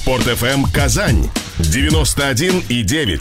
Спорт ФМ Казань 91,9.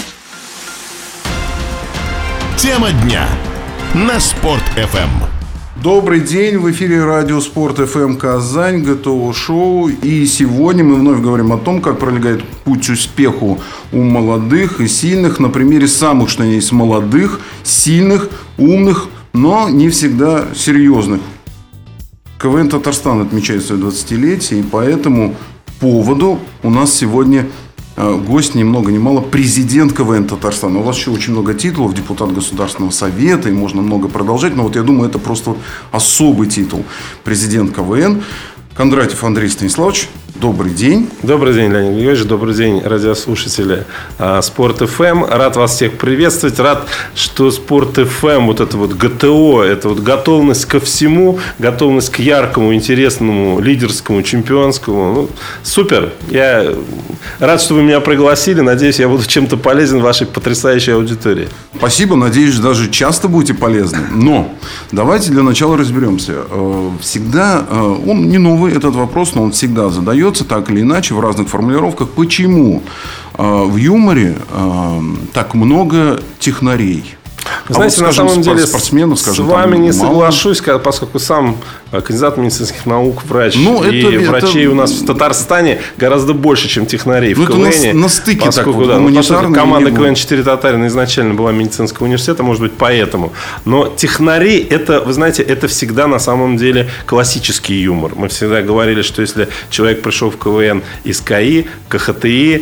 Тема дня на Спорт ФМ. Добрый день, в эфире радио Спорт ФМ Казань, ГТО Шоу. И сегодня мы вновь говорим о том, как пролегает путь к успеху у молодых и сильных на примере самых, что ни есть, молодых, сильных, умных, но не всегда серьезных. КВН Татарстан отмечает свое 20-летие, и по этому поводу у нас сегодня гость, ни много ни мало, президент КВН Татарстана. У вас еще очень много титулов, депутат Государственного совета, и можно много продолжать, но вот я думаю, это просто особый титул. Президент КВН Кондратьев Андрей Станиславович. Добрый день. Добрый день, Леонид Григорьевич. Добрый день, радиослушатели Спорт ФМ. Рад вас всех приветствовать. Рад, что Спорт ФМ, вот это вот ГТО, это вот готовность ко всему, готовность к яркому, интересному, лидерскому, чемпионскому. Ну, супер. Я рад, что вы меня пригласили. Надеюсь, я буду чем-то полезен вашей потрясающей аудитории. Спасибо. Надеюсь, даже часто будете полезны. Но давайте для начала разберемся. Всегда, он не новый, этот вопрос, но он всегда задается так или иначе в разных формулировках. Почему в юморе так много технарей? Знаете, вот, скажем, на самом деле спортсменов, скажем, с вами не мало. соглашусь, поскольку сам кандидат медицинских наук, врач. Ну, и врачей у нас в Татарстане гораздо больше, чем технарей в КВН. Это на стыке поскольку, так вот, команда КВН-4 Татарина изначально была медицинского университета, может быть, поэтому. Но технари, это, вы знаете, это всегда на самом деле классический юмор. Мы всегда говорили, что если человек пришел в КВН из КАИ, КХТИ,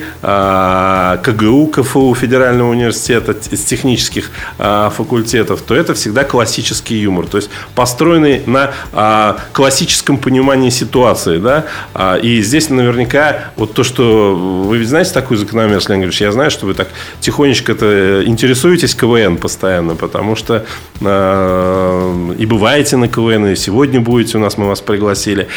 КГУ, КФУ, Федерального университета, из технических факультетов, то это всегда классический юмор. То есть построенный на классическом понимании ситуации. Да? И здесь наверняка вот то, что вы ведь знаете такую закономерность, Леонид Григорьевич, я знаю, что вы так тихонечко интересуетесь КВН постоянно, потому что и бываете на КВН, и сегодня будете у нас, мы вас пригласили.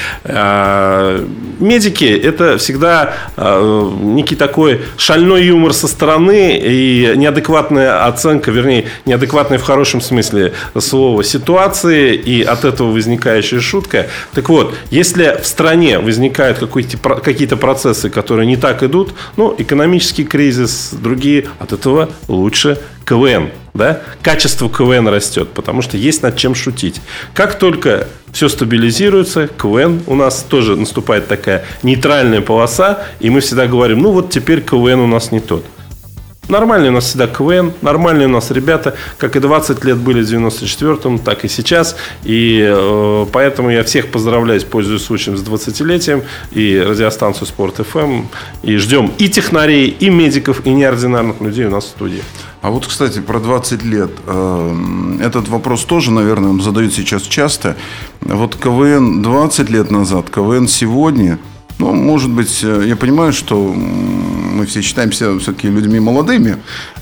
Медики – это всегда некий такой шальной юмор со стороны и неадекватная оценка, вернее, неадекватная в хорошем смысле слова ситуации, и от этого возникающая шутка. Так вот, если в стране возникают какие-то процессы, которые не так идут, ну, экономический кризис, другие, от этого лучше КВН. Да? Качество КВН растет, потому что есть над чем шутить. Как только все стабилизируется, КВН у нас тоже наступает такая нейтральная полоса, и мы всегда говорим, ну вот теперь КВН у нас не тот. Нормальный у нас всегда КВН, нормальные у нас ребята, как и 20 лет были в 94-м, так и сейчас. И поэтому я всех поздравляю, пользуясь случаем, с 20-летием, и радиостанцию Спорт ФМ. И ждем и технарей, и медиков, и неординарных людей у нас в студии. А вот, кстати, про 20 лет. Этот вопрос тоже, наверное, задают сейчас часто. Вот КВН 20 лет назад, КВН сегодня. Ну, может быть, я понимаю, что мы все считаемся все-таки людьми молодыми.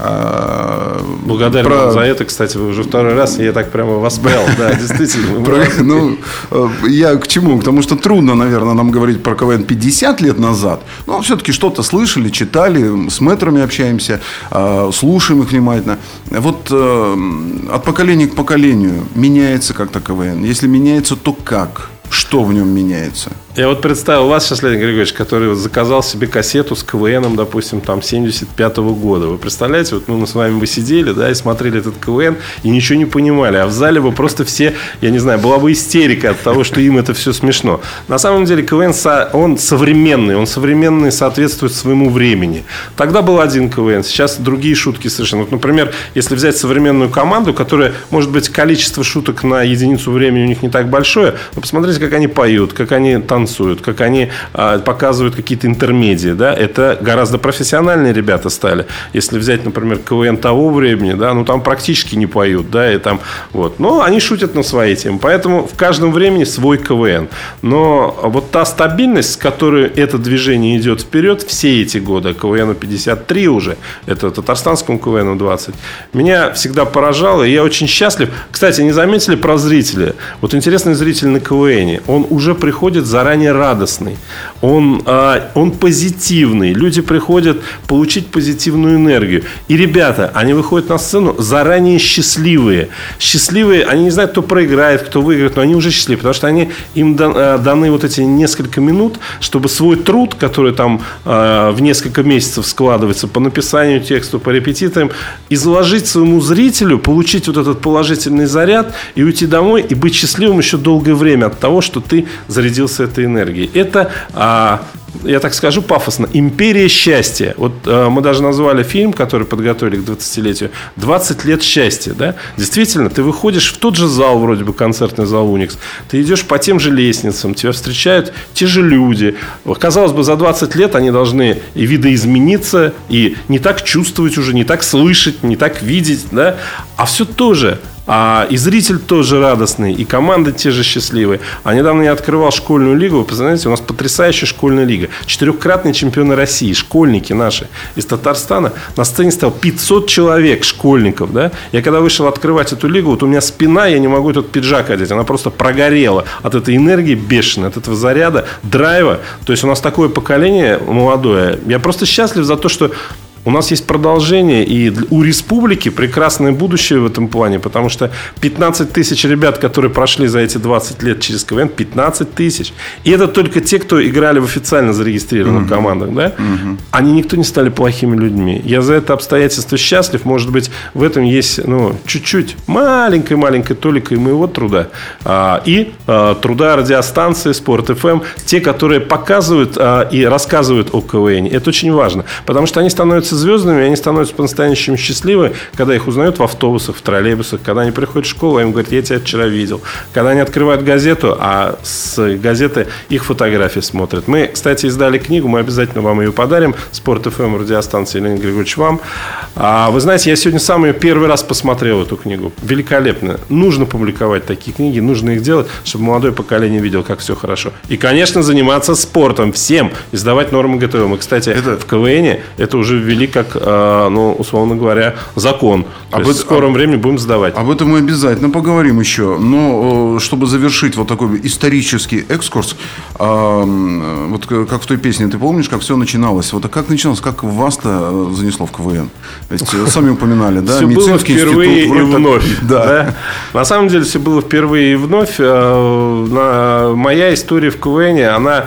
Благодарен вам за это, кстати, вы уже второй раз, и я так прямо воспрял. Да, действительно. Ну, я к чему? К тому, что трудно, наверное, нам говорить про КВН 50 лет назад. Но все-таки что-то слышали, читали, с мэтрами общаемся, слушаем их внимательно. Вот от поколения к поколению меняется как-то КВН. Если меняется, то как? Что в нем меняется? Я вот представил вас сейчас, Леонид Григорьевич, который заказал себе кассету с КВНом, допустим, там 75-го года. Вы представляете, вот мы с вами бы сидели, да, и смотрели этот КВН, и ничего не понимали. А в зале бы просто все, я не знаю, была бы истерика от того, что им это все смешно. На самом деле КВН, он современный, соответствует своему времени. Тогда был один КВН, сейчас другие шутки совершенно. Вот, например, если взять современную команду, которая, может быть, количество шуток на единицу времени у них не так большое, но посмотрите, как они поют, как они танцуют, как они показывают какие-то интермедии, да, это гораздо профессиональные ребята стали. Если взять, например, КВН того времени, да, ну там практически не поют, да, и там вот, но они шутят на свои темы, поэтому в каждом времени свой КВН. Но вот та стабильность, с которой это движение идет вперед все эти годы, КВНу 53 уже, это татарстанскому КВНу 20, меня всегда поражало, и я очень счастлив. Кстати, не заметили про зрителя? Вот интересный зритель на КВНе, он уже приходит заранее заранее радостный, он позитивный. Люди приходят получить позитивную энергию. И ребята, они выходят на сцену заранее счастливые. Счастливые, они не знают, кто проиграет, кто выиграет, но они уже счастливы, потому что им даны вот эти несколько минут, чтобы свой труд, который там в несколько месяцев складывается по написанию текста, по репетиторам, изложить своему зрителю, получить вот этот положительный заряд и уйти домой и быть счастливым еще долгое время от того, что ты зарядился этой энергией. Это, я так скажу пафосно, империя счастья. Вот мы даже назвали фильм, который подготовили к 20-летию, «20 лет счастья». Да? Действительно, ты выходишь в тот же зал, вроде бы концертный зал «Уникс», ты идешь по тем же лестницам, тебя встречают те же люди. Казалось бы, за 20 лет они должны и видоизмениться, и не так чувствовать уже, не так слышать, не так видеть. Да? А все то же. И зритель тоже радостный, и команды те же счастливые. А недавно я открывал школьную лигу. Вы представляете, у нас потрясающая школьная лига. 4-кратные чемпионы России, школьники наши из Татарстана. На сцене стало 500 человек, школьников. Да? Я когда вышел открывать эту лигу, вот у меня спина, я не могу этот пиджак одеть. Она просто прогорела от этой энергии бешеной, от этого заряда, драйва. То есть у нас такое поколение молодое. Я просто счастлив за то, что у нас есть продолжение, и у республики прекрасное будущее в этом плане, потому что 15 тысяч ребят, которые прошли за эти 20 лет через КВН, 15 тысяч. И это только те, кто играли в официально зарегистрированных командах. Да? Они никто не стали плохими людьми. Я за это обстоятельство счастлив. Может быть, в этом есть чуть-чуть, маленькой толикой моего труда. И труда радиостанции Спорт ФМ. Те, которые показывают и рассказывают о КВН. Это очень важно, потому что они становятся звездными, они становятся по-настоящему счастливы, когда их узнают в автобусах, в троллейбусах, когда они приходят в школу, им говорят: я тебя вчера видел. Когда они открывают газету, а с газеты их фотографии смотрят. Мы, кстати, издали книгу, мы обязательно вам ее подарим. Спорт ФМ, радиостанция Леонид Григорьевич, вам. Вы знаете, я сегодня сам ее первый раз посмотрел, эту книгу. Великолепно. Нужно публиковать такие книги, нужно их делать, чтобы молодое поколение видело, как все хорошо. И, конечно, заниматься спортом всем, издавать нормы ГТО. Мы, кстати, в КВН это уже ввели как, условно говоря, закон. В скором времени будем сдавать. Об этом мы обязательно поговорим еще. Но чтобы завершить вот такой исторический экскурс, вот как в той песне, ты помнишь, как все начиналось? Вот как начиналось, как вас-то занесло в КВН? Ведь сами упоминали, да? Все было впервые и вновь. Да. На самом деле все было впервые и вновь. Моя история в КВН, она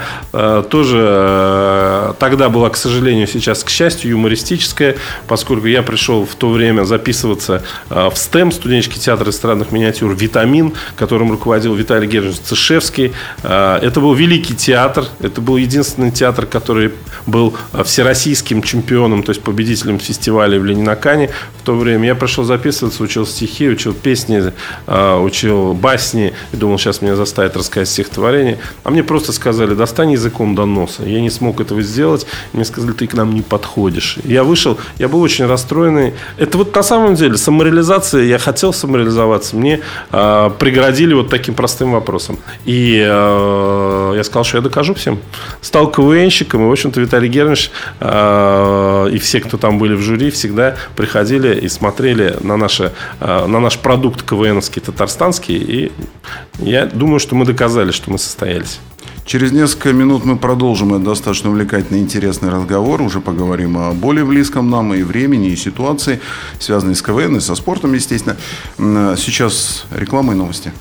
тоже тогда была, к сожалению, сейчас, к счастью, юмористическая, поскольку я пришел в то время записываться в СТЭМ, студенческий театр эстрадных миниатюр «Витамин», которым руководил Виталий Германович Цышевский. Это был великий театр. Это был единственный театр, который был всероссийским чемпионом, то есть победителем фестиваля в Ленинакане. В то время я пришел записываться, учил стихи, учил песни, учил басни. И думал, сейчас меня заставят рассказать стихотворение. А мне просто сказали: достань языком до носа. Я не смог этого сделать. Мне сказали: ты к нам не подходишь. Я вышел, я был очень расстроенный. Это вот на самом деле самореализация. Я хотел самореализоваться. Мне преградили вот таким простым вопросом. И я сказал, что я докажу всем. Стал КВНщиком. И, в общем-то, Виталий Германович и все, кто там были в жюри, всегда приходили и смотрели на наш продукт КВНовский, татарстанский. И я думаю, что мы доказали, что мы состоялись. Через несколько минут мы продолжим этот достаточно увлекательный и интересный разговор. Уже поговорим о более близком нам и времени, и ситуации, связанной с КВН и со спортом, естественно. Сейчас реклама и новости.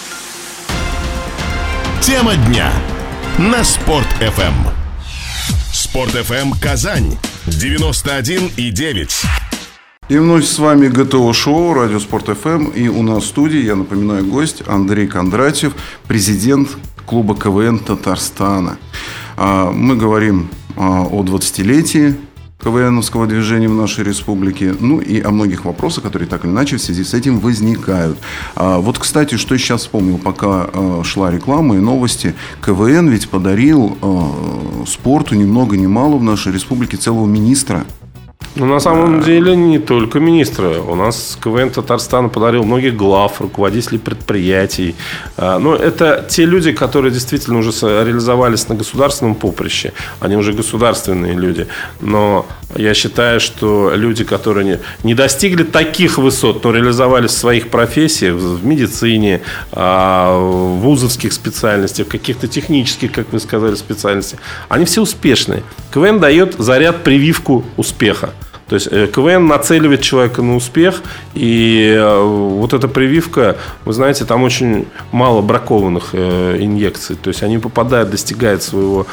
Тема дня на Спорт ФМ. Спорт ФМ Казань 91,9. И вновь с вами ГТО-шоу «Радио Спорт ФМ». И у нас в студии, я напоминаю, гость Андрей Кондратьев, президент клуба КВН Татарстана. Мы говорим о 20-летии КВНовского движения в нашей республике, ну и о многих вопросах, которые так или иначе в связи с этим возникают. Вот, кстати, что я сейчас вспомнил, пока шла реклама и новости. КВН ведь подарил спорту ни много ни мало в нашей республике целого министра. Ну, на самом деле, не только министры. У нас КВН Татарстана подарил многих глав, руководителей предприятий. Но это те люди, которые действительно уже реализовались на государственном поприще. Они уже государственные люди. Но я считаю, что люди, которые не достигли таких высот, но реализовались в своих профессиях, в медицине, в вузовских специальностях, в каких-то технических, как вы сказали, специальностях, они все успешные. КВН дает заряд, прививку успеха. То есть КВН нацеливает человека на успех. И вот эта прививка, вы знаете, там очень мало бракованных инъекций. То есть они попадают, достигают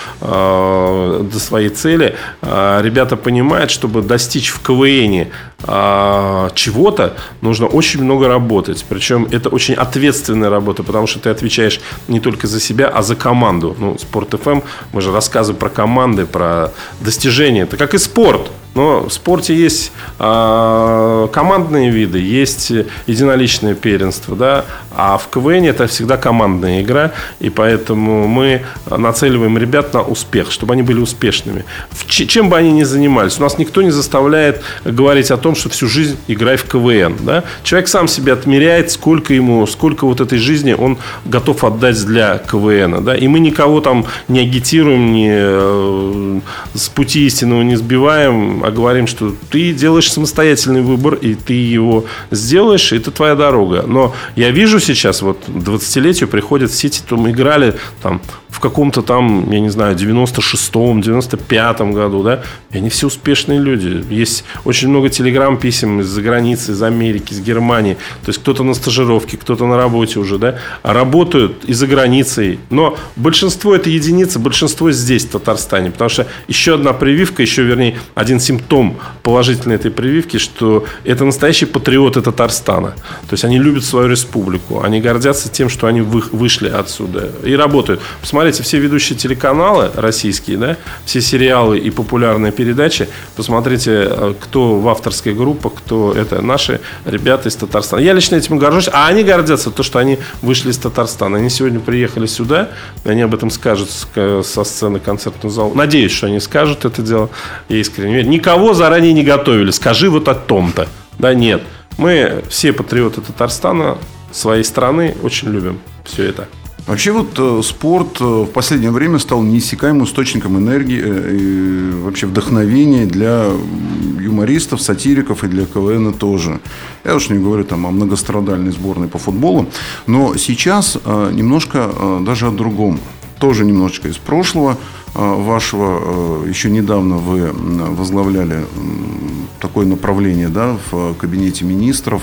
до своей цели. Ребята понимают, чтобы достичь в КВНе чего-то, нужно очень много работать. Причем это очень ответственная работа, потому что ты отвечаешь не только за себя, а за команду. Ну, Спорт ФМ, мы же рассказываем про команды, про достижения. Это как и спорт. Но в спорте есть командные виды, есть единоличное первенство, да? А в КВН это всегда командная игра. И поэтому мы нацеливаем ребят на успех, чтобы они были успешными. Чем бы они ни занимались. У нас никто не заставляет говорить о том, что всю жизнь играй в КВН. Да? Человек сам себе отмеряет, сколько вот этой жизни он готов отдать для КВН. Да? И мы никого там не агитируем, с пути истинного не сбиваем, а говорим, что ты делаешь самостоятельный выбор, и ты его сделаешь, и это твоя дорога. Но я вижу сейчас, вот 20-летию приходят в сети, там играли там, в каком-то там, я не знаю, 96-м, 95-м году, да, и они все успешные люди. Есть очень много телеграм-писем из-за границы, из Америки, из Германии. То есть кто-то на стажировке, кто-то на работе уже, да, работают и за границей. Но большинство это единицы, большинство здесь, в Татарстане. Потому что еще одна прививка, один симптом положительной этой прививки, что это настоящие патриоты Татарстана. То есть они любят свою республику. Они гордятся тем, что они вышли отсюда и работают. Посмотрите, все ведущие телеканалы российские, да, все сериалы и популярные передачи, посмотрите, кто в авторской группе, кто это наши ребята из Татарстана. Я лично этим горжусь, а они гордятся то, что они вышли из Татарстана. Они сегодня приехали сюда, они об этом скажут со сцены концертного зала. Надеюсь, что они скажут это дело. Я искренне верю. Никого заранее не готовили. Скажи вот о том-то. Да нет. Мы все патриоты Татарстана, своей страны, очень любим все это. Вообще вот спорт в последнее время стал неиссякаемым источником энергии и вообще вдохновения для юмористов, сатириков и для КВН тоже. Я уж не говорю там о многострадальной сборной по футболу. Но сейчас немножко даже о другом. Тоже немножечко из прошлого вашего. Еще недавно вы возглавляли такое направление, да, в кабинете министров,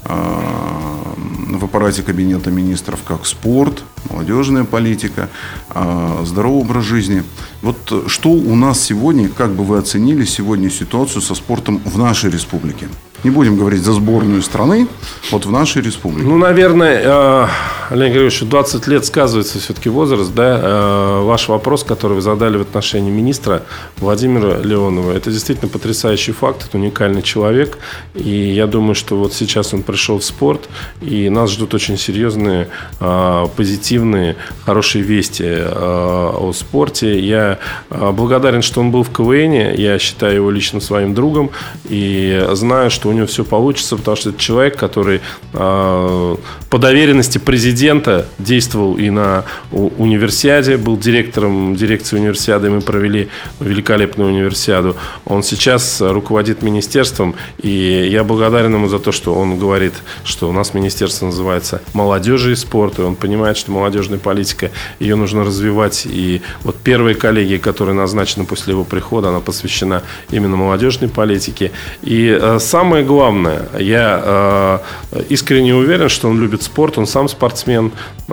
в аппарате кабинета министров, как спорт, молодежная политика, здоровый образ жизни. Вот что у нас сегодня, как бы вы оценили сегодня ситуацию со спортом в нашей республике? Не будем говорить за сборную страны, вот в нашей республике. Ну, наверное, Леонид Григорьевич, 20 лет сказывается все-таки возраст, да. Ваш вопрос, который вы задали в отношении министра Владимира Леонова, это действительно потрясающий факт, это уникальный человек. И я думаю, что вот сейчас он пришел в спорт, и нас ждут очень серьезные, позитивные, хорошие вести о спорте. Я благодарен, что он был в КВН, я считаю его лично своим другом, и знаю, что у него все получится, потому что это человек, который по доверенности президента действовал и на универсиаде, был директором дирекции универсиады, мы провели великолепную универсиаду. Он сейчас руководит министерством, и я благодарен ему за то, что он говорит, что у нас министерство называется молодежи и спорта, и он понимает, что молодежная политика, ее нужно развивать, и вот первая коллегия, которая назначена после его прихода, она посвящена именно молодежной политике. И самое главное, я искренне уверен, что он любит спорт, он сам спортсмен,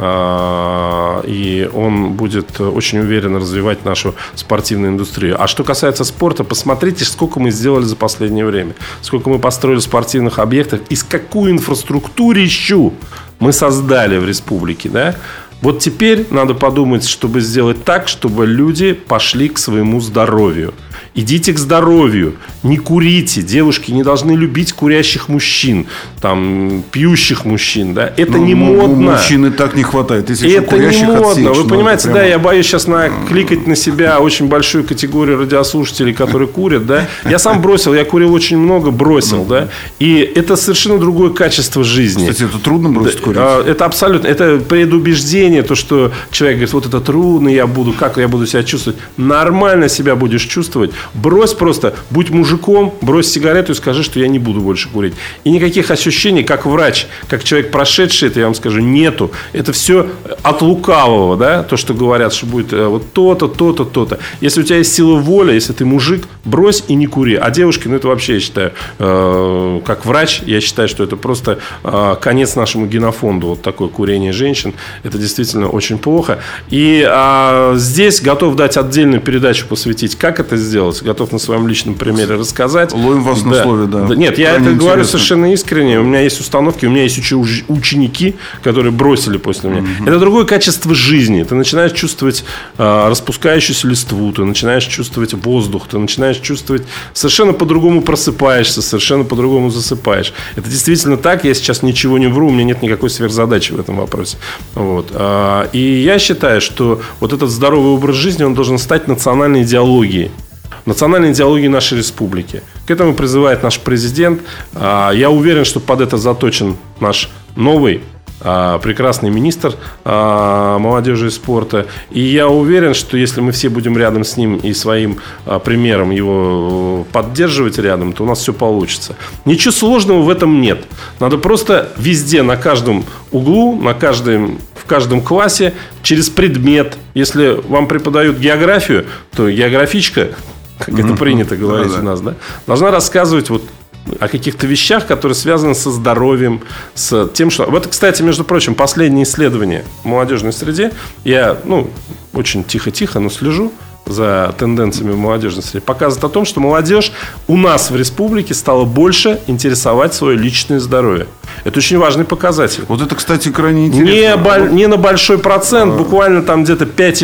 и он будет очень уверенно развивать нашу спортивную индустрию. А что касается спорта, посмотрите, сколько мы сделали за последнее время, сколько мы построили спортивных объектов и с какую инфраструктурищу мы создали в республике, да? Вот теперь надо подумать, чтобы сделать так, чтобы люди пошли к своему здоровью. Идите к здоровью, не курите. Девушки не должны любить курящих мужчин, там, пьющих мужчин. Да? Это не модно. Мужчин и так не хватает. Если это не модно. Отсечь, вы понимаете, да, я боюсь сейчас накликать на себя очень большую категорию радиослушателей, которые курят. Да? Я сам бросил, я курил очень много, бросил. Да? И это совершенно другое качество жизни. Кстати, это трудно бросить курить? Это абсолютно. Это предубеждение, то, что человек говорит, вот это трудно, как я буду себя чувствовать. Нормально себя будешь чувствовать. Брось просто, будь мужиком, брось сигарету и скажи, что я не буду больше курить. И никаких ощущений, как врач, как человек прошедший, это я вам скажу, нету. Это все от лукавого, да, то, что говорят, что будет вот то-то, то-то, то-то. Если у тебя есть сила воли, если ты мужик, брось и не кури. А девушки, это вообще, я считаю, как врач, я считаю, что это просто конец нашему генофонду. Вот такое курение женщин. Это действительно очень плохо. И здесь готов дать отдельную передачу, посвятить, как это сделать. Готов на своем личном примере рассказать. Ловим вас на слове, да. Нет, я это говорю совершенно искренне. У меня есть установки, у меня есть ученики, которые бросили после меня. Это другое качество жизни. Ты начинаешь чувствовать распускающуюся листву, ты начинаешь чувствовать воздух, ты начинаешь чувствовать, совершенно по-другому просыпаешься, совершенно по-другому засыпаешь. Это действительно так. Я сейчас ничего не вру, у меня нет никакой сверхзадачи в этом вопросе. Вот. И я считаю, что вот этот здоровый образ жизни, он должен стать национальной идеологией. Национальной идеологии нашей республики. К этому призывает наш президент. Я уверен, что под это заточен наш новый прекрасный министр молодежи и спорта. И я уверен, что если мы все будем рядом с ним и своим примером его поддерживать рядом, то у нас все получится. Ничего сложного в этом нет. Надо просто везде, на каждом углу, в каждом классе, через предмет. Если вам преподают географию, то географичка, как это принято говорить у нас, да, должна рассказывать вот о каких-то вещах, которые связаны со здоровьем, с тем, что... Вот, кстати, между прочим, последнее исследование в молодежной среде. Я, очень тихо-тихо, но слежу за тенденциями в молодежной среде. Показывает о том, что молодежь у нас в республике стала больше интересовать свое личное здоровье. Это очень важный показатель. Вот это, кстати, крайне интересно. Не на большой процент, буквально там где-то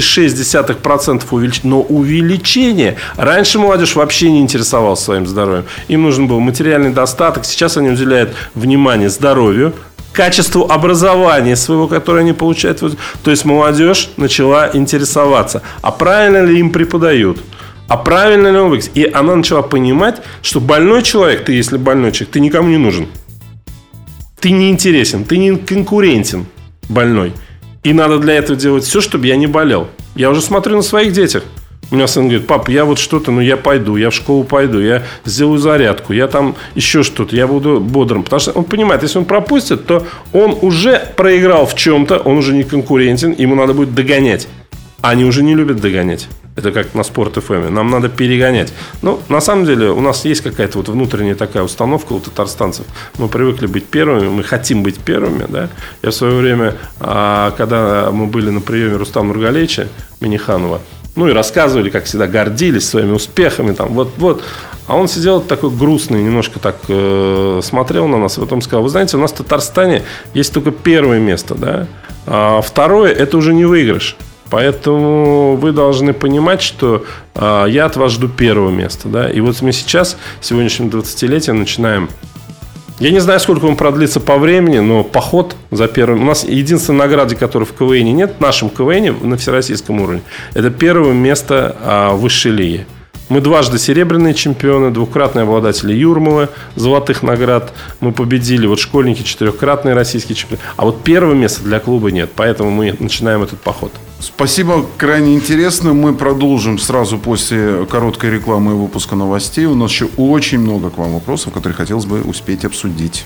5,6% увеличение. Но увеличение. Раньше молодежь вообще не интересовалась своим здоровьем. Им нужен был материальный достаток. Сейчас они уделяют внимание здоровью, качеству образования своего, которое они получают. То есть молодежь начала интересоваться, а правильно ли им преподают, а правильно ли он выглядит. И она начала понимать, что больной человек, ты если больной человек, ты никому не нужен. Ты не интересен, ты не конкурентен, больной. И надо для этого делать все, чтобы я не болел. Я уже смотрю на своих детях. У меня сын говорит: папа, я вот что-то, я пойду, я в школу пойду, я сделаю зарядку, я там еще что-то, я буду бодрым. Потому что он понимает, если он пропустит, то он уже проиграл в чем-то, он уже не конкурентен, ему надо будет догонять. А они уже не любят догонять. Это как на Спорт ФМ. Нам надо перегонять. На самом деле, у нас есть какая-то вот внутренняя такая установка у татарстанцев. Мы привыкли быть первыми, мы хотим быть первыми. Да? Я в свое время, когда мы были на приеме Рустама Нургалеевича Миниханова, и рассказывали, как всегда, гордились своими успехами. Там, вот. А он сидел такой грустный, немножко так смотрел на нас. И потом сказал: вы знаете, у нас в Татарстане есть только первое место. Да? А второе – это уже не выигрыш. Поэтому вы должны понимать, что я от вас жду первого места. Да? И вот мы сейчас, сегодняшним 20-летием, начинаем. Я не знаю, сколько он продлится по времени, но поход за первым... У нас единственная награда, которой в КВН нет, в нашем КВН на всероссийском уровне, это первое место высшей лиги. Мы дважды серебряные чемпионы, двукратные обладатели Юрмалы, золотых наград. Мы победили, вот школьники, 4-кратные российские чемпионы. А вот первого места для клуба нет, поэтому мы начинаем этот поход. Спасибо, крайне интересно. Мы продолжим сразу после короткой рекламы и выпуска новостей. У нас еще очень много к вам вопросов, которые хотелось бы успеть обсудить.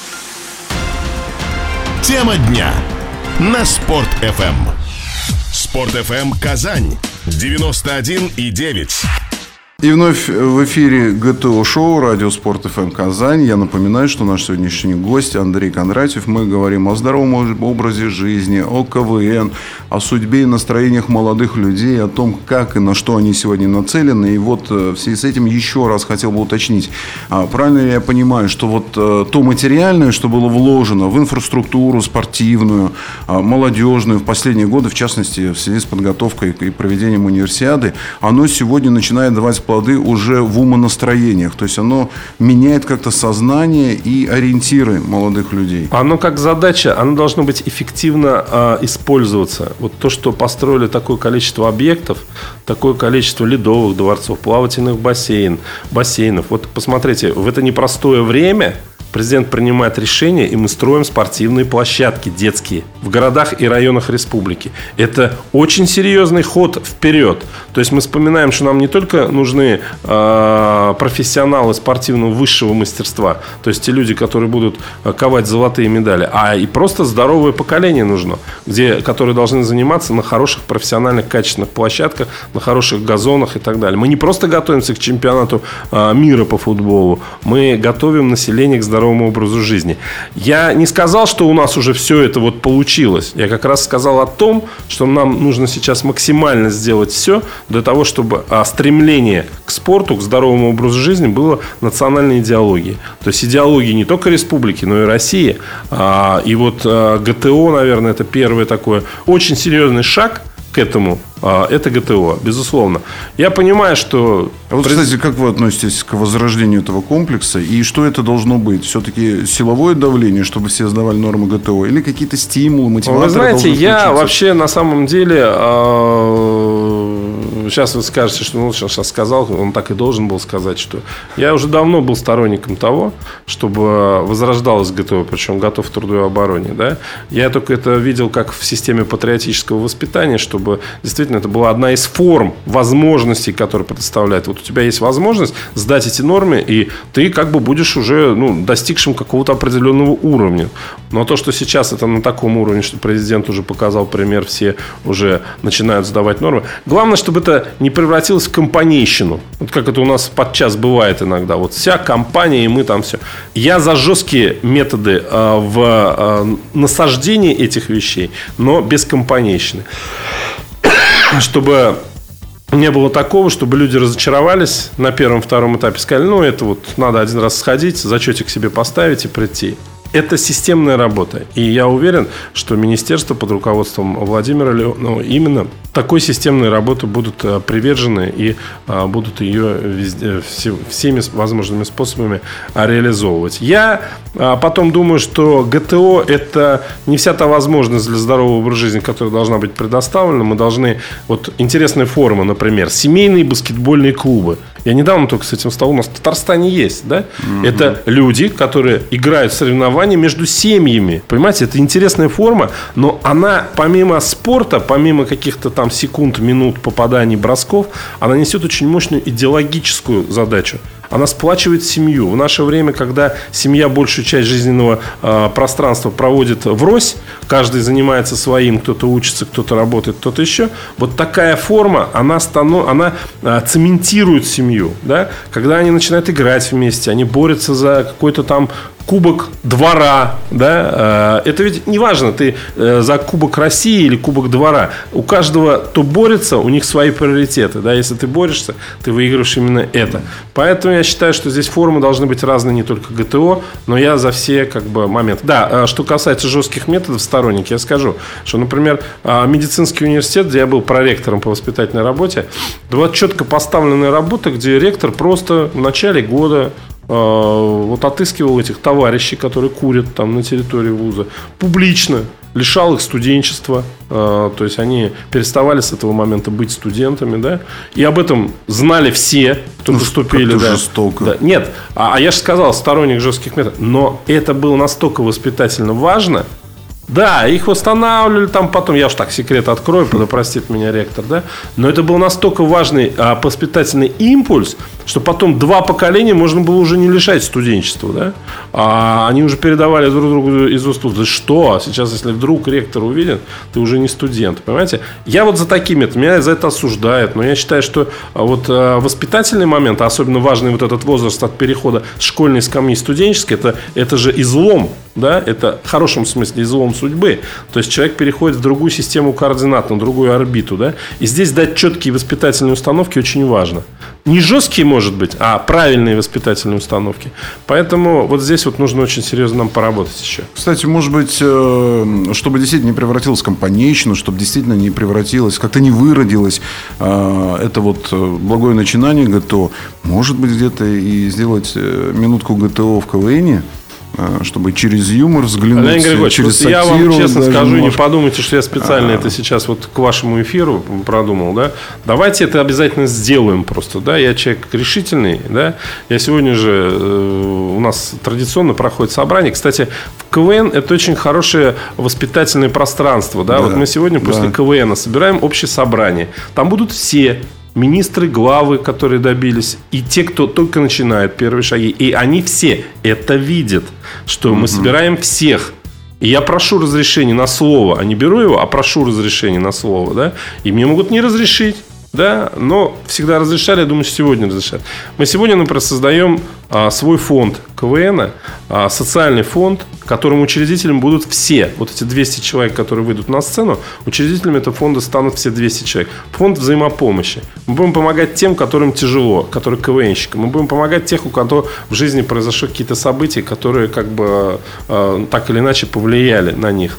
Тема дня на Спорт FM. Спорт FM Казань 91,9. И вновь в эфире ГТО-шоу «Радио Спорт ФМ Казань». Я напоминаю, что наш сегодняшний гость Андрей Кондратьев. Мы говорим о здоровом образе жизни, о КВН, о судьбе и настроениях молодых людей, о том, как и на что они сегодня нацелены. И вот в связи с этим еще раз хотел бы уточнить. Правильно ли я понимаю, что вот то материальное, что было вложено в инфраструктуру спортивную, молодежную в последние годы, в частности, в связи с подготовкой и проведением универсиады, оно сегодня начинает давать плоды уже в умонастроениях. То есть оно меняет как-то сознание и ориентиры молодых людей. Оно как задача, оно должно быть эффективно использоваться. Вот то, что построили такое количество объектов, такое количество ледовых дворцов, плавательных бассейнов. Вот посмотрите, в это непростое время президент принимает решение, и мы строим спортивные площадки детские в городах и районах республики. Это очень серьезный ход вперед. То есть мы вспоминаем, что нам не только нужны профессионалы спортивного высшего мастерства, то есть те люди, которые будут ковать золотые медали, а и просто здоровое поколение нужно, которые должны заниматься на хороших профессиональных качественных площадках, на хороших газонах и так далее. Мы не просто готовимся к чемпионату мира по футболу, мы готовим население к здоровому образу жизни. Я не сказал, что у нас уже все это вот получилось. Я как раз сказал о том, что нам нужно сейчас максимально сделать все для того, чтобы стремление к спорту, к здоровому образу жизни было национальной идеологией. То есть идеологией не только республики, но и России. И вот ГТО, наверное, это первый такой очень серьезный шаг к этому. Это ГТО, безусловно. Я понимаю, что... Вот, кстати, как вы относитесь к возрождению этого комплекса? И что это должно быть? Все-таки силовое давление, чтобы все сдавали нормы ГТО? Или какие-то стимулы, мотиваторы? Вы знаете, я вообще на самом деле... Сейчас вы скажете, что сейчас сказал, он так и должен был сказать, что я уже давно был сторонником того, чтобы возрождалось ГТО, причем готов в трудовой обороне. Да? Я только это видел как в системе патриотического воспитания, чтобы действительно это была одна из форм возможностей, которые предоставляет. Вот у тебя есть возможность сдать эти нормы, и ты как бы будешь уже достигшим какого-то определенного уровня. Но то, что сейчас это на таком уровне, что президент уже показал пример, все уже начинают сдавать нормы. Главное, чтобы это не превратилось в компанейщину. Вот как это у нас подчас бывает иногда. Вот вся компания, и мы там все. Я за жесткие методы в насаждении этих вещей, но без компанейщины. Чтобы не было такого, чтобы люди разочаровались на первом-втором этапе, сказали, это вот надо один раз сходить, зачетик себе поставить и прийти. Это системная работа. И я уверен, что министерство под руководством Владимира Леонова именно такой системной работы будут привержены и будут ее везде, всеми возможными способами реализовывать. Я потом думаю, что ГТО – это не вся та возможность для здорового образа жизни, которая должна быть предоставлена. Мы должны... Вот интересная форма, например, семейные баскетбольные клубы. Я недавно только с этим стал. У нас в Татарстане есть, да? Mm-hmm. Это люди, которые играют в соревнования между семьями. Понимаете, это интересная форма, но она помимо спорта, помимо каких-то там секунд, минут, попаданий, бросков, она несет очень мощную идеологическую задачу. Она сплачивает семью. В наше время, когда семья большую часть жизненного пространства проводит врозь, каждый занимается своим, кто-то учится, кто-то работает, кто-то еще. Вот такая форма, она цементирует семью. Да? Когда они начинают играть вместе, они борются за какой-то там кубок двора, да? Это ведь не важно, ты за кубок России или кубок двора. У каждого, кто борется, у них свои приоритеты, да? Если ты борешься, ты выигрываешь именно это. Поэтому я считаю, что здесь формы должны быть разные, не только ГТО, но я за все моменты. Да, что касается жестких методов, сторонник, я скажу, что, например, медицинский университет, где я был проректором по воспитательной работе, была четко поставленная работа, где ректор просто в начале года отыскивал этих товарищей, которые курят там на территории вуза, публично лишал их студенчества, то есть они переставали с этого момента быть студентами, да, и об этом знали все, кто поступили, да. Жестоко. Да. Нет, я же сказал, сторонник жестких методов, но это было настолько воспитательно важно, Да, их восстанавливали там потом. Я уж так секрет открою, да простит меня ректор, да. Но это был настолько важный воспитательный импульс, что потом 2 поколения можно было уже не лишать студенчества, да. А они уже передавали друг другу из уст в уст. Да что? Сейчас, если вдруг ректор увидит, ты уже не студент, понимаете? Я вот за такими, меня за это осуждают. Но я считаю, что вот воспитательный момент, а особенно важный вот этот возраст от перехода с школьной скамьи студенческой, это же излом, да, это в хорошем смысле излом судьбы. То есть человек переходит в другую систему координат, на другую орбиту, да. И здесь дать четкие воспитательные установки очень важно. Не жесткие, может быть, а правильные воспитательные установки. Поэтому вот здесь вот нужно очень серьезно нам поработать еще. Кстати, может быть, чтобы действительно не превратилось в компанейщину, чтобы действительно не превратилось, как-то не выродилось это вот благое начинание ГТО, может быть, где-то и сделать минутку ГТО в КВНе, чтобы через юмор взглянуть, Леонид Григорьевич, через вот я вам честно скажу, немножко. не подумайте, что я специально это сейчас вот к вашему эфиру продумал, да. Давайте это обязательно сделаем просто, да. Я человек решительный, да. Я сегодня же, у нас традиционно проходит собрание. Кстати, в КВН это очень хорошее воспитательное пространство, да. Вот мы сегодня после КВН собираем общее собрание. Там будут все министры, главы, которые добились, и те, кто только начинает первые шаги. И они все это видят, что мы собираем всех. И я прошу разрешения на слово, а не беру его, а прошу разрешения на слово, да? И мне могут не разрешить, да? Но всегда разрешали, я думаю, сегодня разрешат. Мы сегодня, например, создаем свой фонд КВН, социальный фонд, которым учредителем будут все. Вот эти 200 человек, которые выйдут на сцену, учредителями этого фонда станут все 200 человек. Фонд взаимопомощи. Мы будем помогать тем, которым тяжело, которые КВНщикам. Мы будем помогать тех, у кого в жизни произошли какие-то события, которые как бы так или иначе повлияли на них.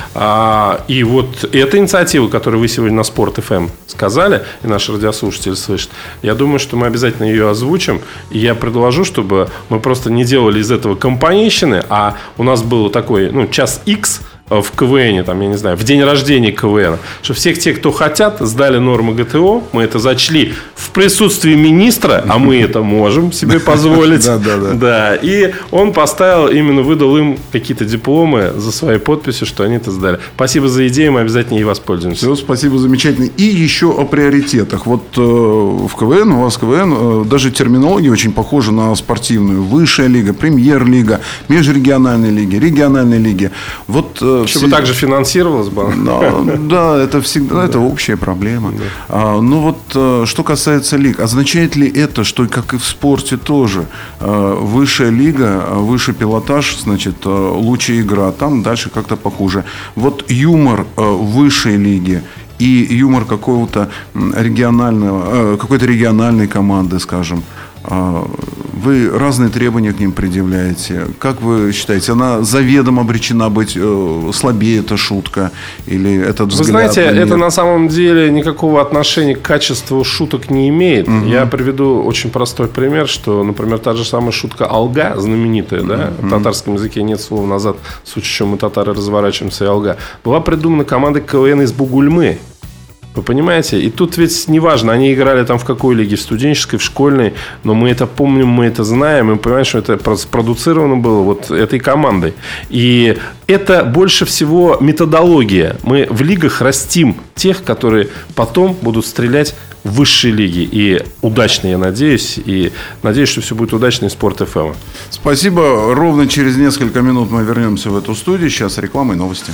Да? И вот эта инициатива, которую вы сегодня на Спорт ФМ сказали, и наши радиослушатели слышат, я думаю, что мы обязательно ее озвучим. И я предложу, чтобы мы просто не делали из этого компанейщины, а у нас был такой, час X в КВН, там, я не знаю, в день рождения КВН, что всех тех, кто хотят, сдали нормы ГТО, мы это зачли в присутствии министра, а мы это можем себе позволить. Да. И он поставил, именно выдал им какие-то дипломы за своей подписью, что они это сдали. Спасибо за идею, мы обязательно ей воспользуемся. Все, спасибо, замечательно. И еще о приоритетах. Вот в КВН, у вас КВН, даже терминология очень похожа на спортивную. Высшая лига, премьер-лига, межрегиональные лиги, региональные лиги. Вот чтобы также финансировалось бы. Да, это всегда это общая проблема. Но вот что касается лиг, означает ли это, что как и в спорте тоже высшая лига, высший пилотаж, значит, лучшая игра, там дальше как-то похуже. Вот юмор высшей лиги и юмор какого-то регионального, какой-то региональной команды, скажем, вы разные требования к ним предъявляете. Как вы считаете, она заведомо обречена быть слабее, эта шутка? Или этот взгляд? Вы знаете, это на самом деле никакого отношения к качеству шуток не имеет. Я приведу очень простой пример, что, например, та же самая шутка «алга», знаменитая, да? В татарском языке нет слова «назад», в случае чего мы, татары, разворачиваемся, и «алга», была придумана командой КВН из Бугульмы. Вы понимаете? И тут ведь неважно, они играли там в какой лиге, в студенческой, в школьной, но мы это помним, мы это знаем, и мы понимаем, что это спродуцировано было вот этой командой. И это больше всего методология. Мы в лигах растим тех, которые потом будут стрелять в высшей лиге. И удачно, я надеюсь. И надеюсь, что все будет удачно и Спорт ФМ. Спасибо. Ровно через несколько минут мы вернемся в эту студию. Сейчас реклама и новости.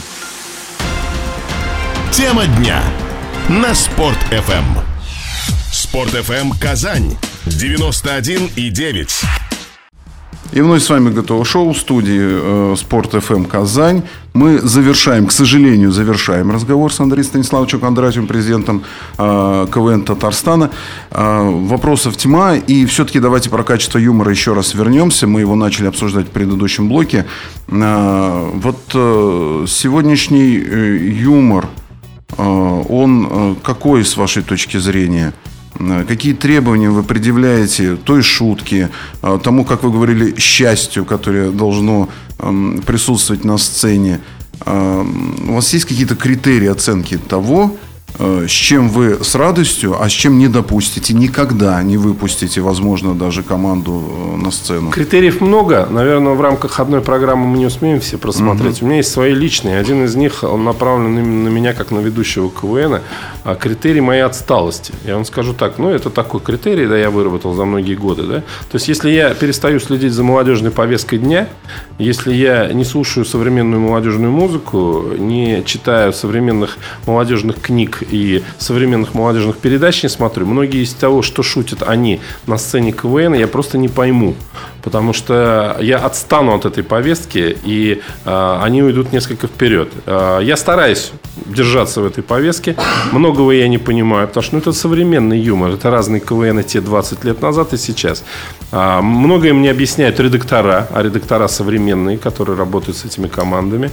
Тема дня на Спорт ФМ. Спорт ФМ Казань 91,9. И вновь с вами ГТО Шоу в студии Спорт ФМ Казань. Мы завершаем, к сожалению, разговор с Андреем Станиславовичем Кондратьевым, президентом КВН Татарстана. Вопросов тьма. И все-таки давайте про качество юмора еще раз вернемся. Мы его начали обсуждать в предыдущем блоке. Вот сегодняшний юмор, он какой с вашей точки зрения? Какие требования вы предъявляете той шутке, тому, как вы говорили, счастью, которое должно присутствовать на сцене? У вас есть какие-то критерии оценки того, с чем вы с радостью, а с чем не допустите, никогда не выпустите, возможно, даже команду на сцену? Критериев много. Наверное, в рамках одной программы мы не успеем все просмотреть. У меня есть свои личные. Один из них, он направлен именно на меня, как на ведущего КВН. Критерий моей отсталости. Я вам скажу так. Это такой критерий, да, я выработал за многие годы. Да? То есть, если я перестаю следить за молодежной повесткой дня, если я не слушаю современную молодежную музыку, не читаю современных молодежных книг и современных молодежных передач не смотрю, многие из того, что шутят они на сцене КВН, я просто не пойму. Потому что я отстану от этой повестки, и они уйдут несколько вперед. Я стараюсь держаться в этой повестке. Многого я не понимаю, потому что это современный юмор. Это разные КВН те 20 лет назад и сейчас. Многое мне объясняют редактора, а редактора современные, которые работают с этими командами.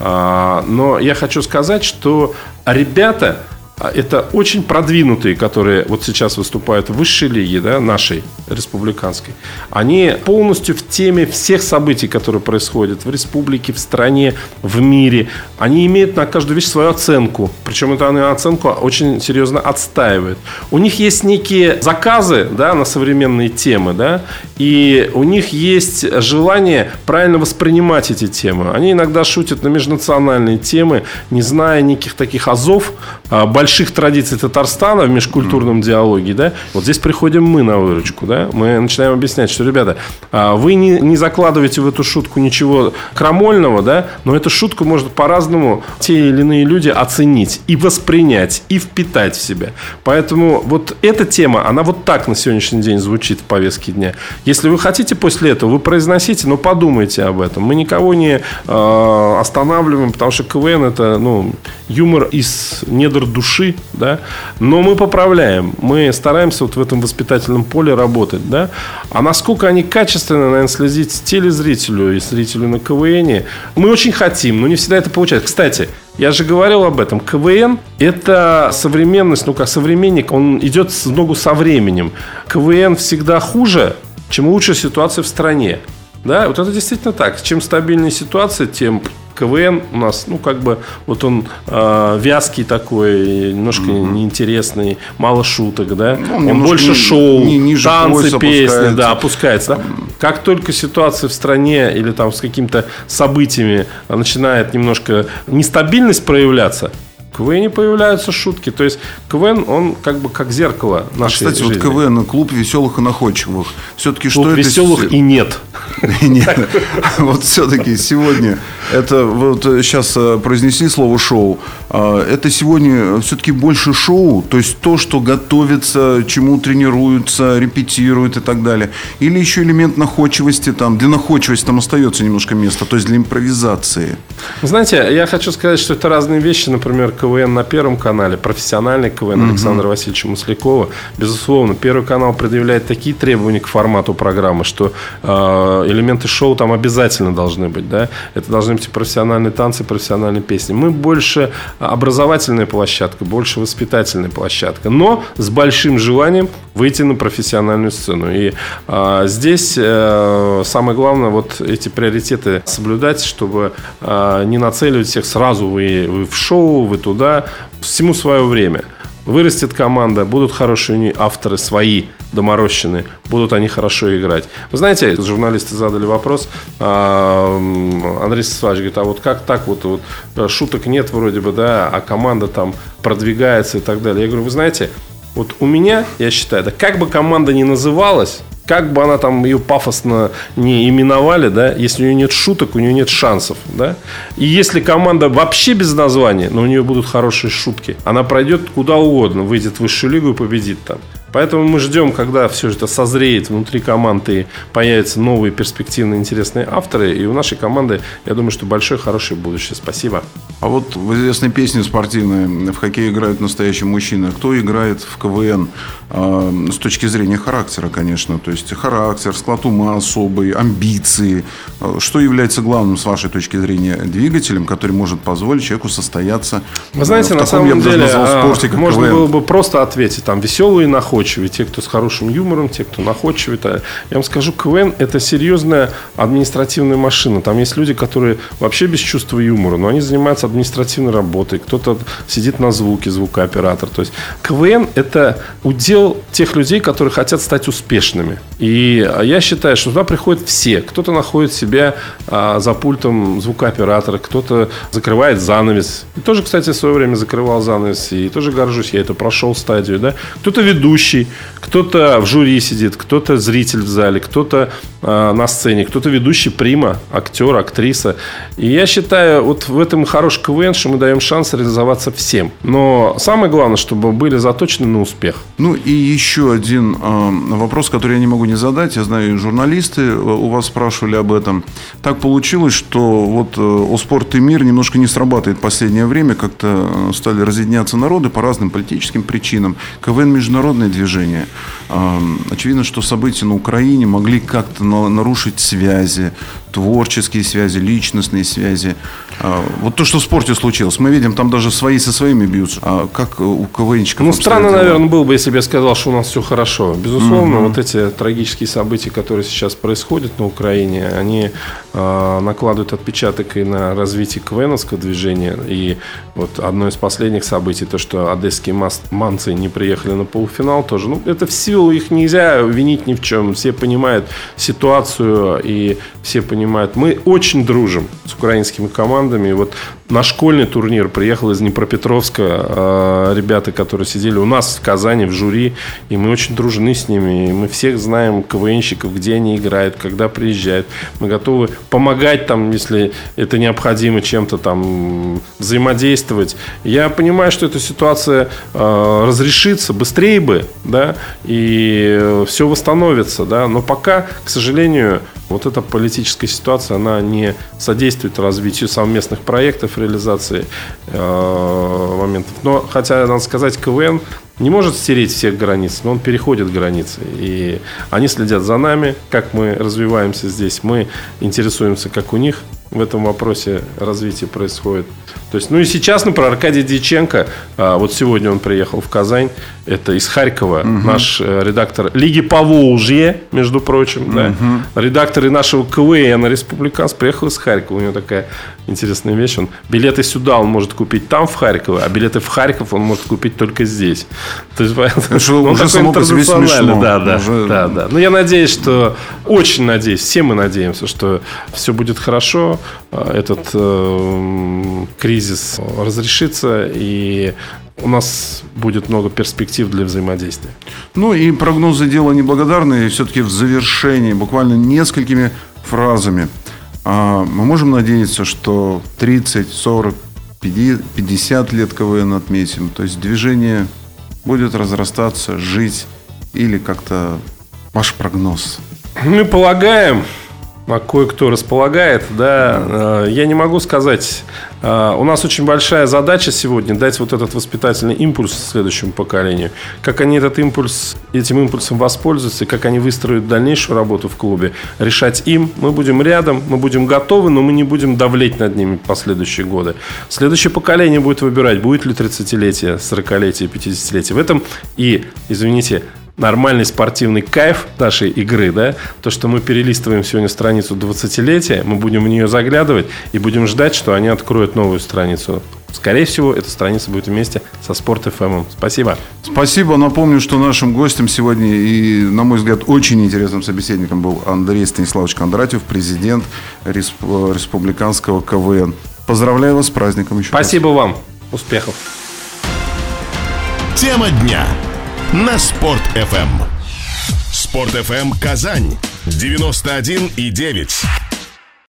Но я хочу сказать, что ребята... Это очень продвинутые, которые вот сейчас выступают в высшей лиге, да, нашей республиканской. Они полностью в теме всех событий, которые происходят в республике, в стране, в мире. Они имеют на каждую вещь свою оценку. Причем эту оценку очень серьезно отстаивают. У них есть некие заказы, да, на современные темы, да, и у них есть желание правильно воспринимать эти темы. Они иногда шутят на межнациональные темы, не зная неких таких азов, больших традиций Татарстана в межкультурном диалоге, да, вот здесь приходим мы на выручку, да, мы начинаем объяснять, что, ребята, вы не закладываете в эту шутку ничего крамольного, да, но эту шутку может по-разному те или иные люди оценить и воспринять, и впитать в себя. Поэтому вот эта тема, она вот так на сегодняшний день звучит в повестке дня. Если вы хотите после этого, вы произносите, но подумайте об этом. Мы никого не останавливаем, потому что КВН это, юмор из недр души, да, но мы поправляем, мы стараемся вот в этом воспитательном поле работать, да, а насколько они качественно, наверное, следить телезрителю и зрителю на КВН, мы очень хотим, но не всегда это получается. Кстати, я же говорил об этом. КВН – это современность, как современник, он идет в ногу со временем. КВН всегда хуже, чем лучшая ситуация в стране. Да, вот это действительно так. Чем стабильнее ситуация, тем КВН у нас, вот он вязкий такой, немножко неинтересный, мало шуток, да. Он больше шоу, танцы, песни, да, опускается. Да? Как только ситуация в стране или там с какими-то событиями начинает немножко нестабильность проявляться, в КВН появляются шутки. То есть КВН, он как зеркало нашей жизни. Вот КВН, клуб веселых и находчивых. Все-таки клуб что это? Веселых и нет. Вот все-таки сегодня это вот сейчас произнесли слово шоу. Это сегодня все-таки больше шоу, то есть то, что готовится, чему тренируются, репетируют и так далее. Или еще элемент находчивости там. Для находчивости там остается немножко места, то есть для импровизации. Знаете, я хочу сказать, что это разные вещи. Например, КВН на Первом канале, профессиональный КВН Александра Васильевича Маслякова. Безусловно, Первый канал предъявляет такие требования к формату программы, что элементы шоу там обязательно должны быть. Да? Это должны быть профессиональные танцы, профессиональные песни. Мы больше образовательная площадка, больше воспитательная площадка, но с большим желанием выйти на профессиональную сцену. И здесь самое главное вот эти приоритеты соблюдать, чтобы не нацеливать всех сразу вы в шоу, вы туда. Всему свое время. Вырастет команда, будут хорошие у нее авторы свои, доморощенные, будут они хорошо играть. Вы знаете, журналисты задали вопрос, Андрей Сесваевич говорит, а вот как так, вот шуток нет вроде бы, да, а команда там продвигается и так далее. Я говорю, вы знаете, вот у меня, я считаю, да, как бы команда ни называлась, как бы она там ее пафосно не именовали, да, если у нее нет шуток, у нее нет шансов, да. И если команда вообще без названия, но у нее будут хорошие шутки, она пройдет куда угодно, выйдет в высшую лигу и победит там. Поэтому мы ждем, когда все это созреет внутри команды и появятся новые перспективные, интересные авторы. И у нашей команды, я думаю, что большое, хорошее будущее. Спасибо. А вот в известной песне спортивной в хоккее играют настоящие мужчины. Кто играет в КВН с точки зрения характера, конечно? То есть характер, склад ума особый, амбиции. Что является главным, с вашей точки зрения, двигателем, который может позволить человеку состояться? Вы знаете, на самом деле, можно было бы просто ответить. Там веселые находки. находчивые, те, кто с хорошим юмором, те, кто находчивый. Я вам скажу, КВН – это серьезная административная машина. Там есть люди, которые вообще без чувства юмора, но они занимаются административной работой. Кто-то сидит на звуке, звукооператор. То есть КВН – это удел тех людей, которые хотят стать успешными. И я считаю, что туда приходят все. Кто-то находит себя за пультом звукооператора, кто-то закрывает занавес. И тоже, кстати, в свое время закрывал занавес. И тоже горжусь, я это прошел стадию. Да? Кто-то ведущий, кто-то в жюри сидит, кто-то зритель в зале, кто-то на сцене, кто-то ведущий прима, актер, актриса. И я считаю, вот в этом хороший КВН, что мы даем шанс реализоваться всем. Но самое главное, чтобы были заточены на успех. Ну и еще один вопрос, который я не могу не задать. Я знаю, журналисты у вас спрашивали об этом. Так получилось, что вот «О спорт и мир» немножко не срабатывает в последнее время. Как-то стали разъединяться народы по разным политическим причинам. КВН – международное движение. Очевидно, что события на Украине могли как-то нарушить связи, творческие связи, личностные связи. Вот то, что в спорте случилось. Мы видим, там даже свои со своими бьются. А как у КВНщиков? Ну, странно, наверное, было бы, если бы я сказал, что у нас все хорошо. Безусловно, вот эти трагические события, которые сейчас происходят на Украине, они накладывают отпечаток и на развитие КВНовского движения. И вот одно из последних событий, то, что одесские манцы не приехали на полуфинал, тоже. Ну, это в силу, их нельзя винить ни в чем. Все понимают ситуацию и все понимают. Мы очень дружим с украинскими командами. И вот на школьный турнир приехал из Днепропетровска ребята, которые сидели у нас в Казани в жюри, и мы очень дружны с ними. И мы всех знаем КВНщиков, где они играют, когда приезжают. Мы готовы помогать там, если это необходимо, чем-то там взаимодействовать. Я понимаю, что эта ситуация разрешится быстрее бы, да, и все восстановится, да, но пока, к сожалению, вот эта политическая ситуация, она не содействует развитию совместных проектов, реализации моментов. Но, хотя, надо сказать, КВН не может стереть всех границ, но он переходит границы. И они следят за нами, как мы развиваемся здесь. Мы интересуемся, как у них в этом вопросе развитие происходит. То есть, ну и сейчас, например, Аркадий Дьяченко, вот сегодня он приехал в Казань, это из Харькова, наш редактор Лиги Поволжья, между прочим, да, редактор и нашего КВН республиканц приехал из Харькова. У него такая интересная вещь, он билеты сюда он может купить там, в Харькове, а билеты в Харьков он может купить только здесь. То есть, он такой интернациональный. Да. Но я надеюсь, что, очень надеюсь, все мы надеемся, что все будет хорошо, этот кризис разрешится, и у нас будет много перспектив для взаимодействия. Ну и прогнозы дело неблагодарное. И все-таки в завершении, буквально несколькими фразами, мы можем надеяться, что 30, 40, 50 лет КВН отметим. То есть движение будет разрастаться, жить, или как-то ваш прогноз? Мы полагаем, а кое-кто располагает, да, я не могу сказать. У нас очень большая задача сегодня дать вот этот воспитательный импульс следующему поколению. Как они этим импульсом воспользуются, и как они выстроят дальнейшую работу в клубе, решать им. Мы будем рядом, мы будем готовы, но мы не будем давлеть над ними в последующие годы. Следующее поколение будет выбирать, будет ли 30-летие, 40-летие, 50-летие. В этом и, извините, нормальный спортивный кайф нашей игры, да, то, что мы перелистываем сегодня страницу 20-летия, мы будем в нее заглядывать и будем ждать, что они откроют новую страницу. Скорее всего, эта страница будет вместе со Спорт ФМ. Спасибо. Спасибо. Напомню, что нашим гостем сегодня и, на мой взгляд, очень интересным собеседником был Андрей Станиславович Кондратьев, президент республиканского КВН. Поздравляю вас с праздником еще раз. Спасибо вам. Успехов. Тема дня на Спорт FM. Спорт FM Казань 91,9.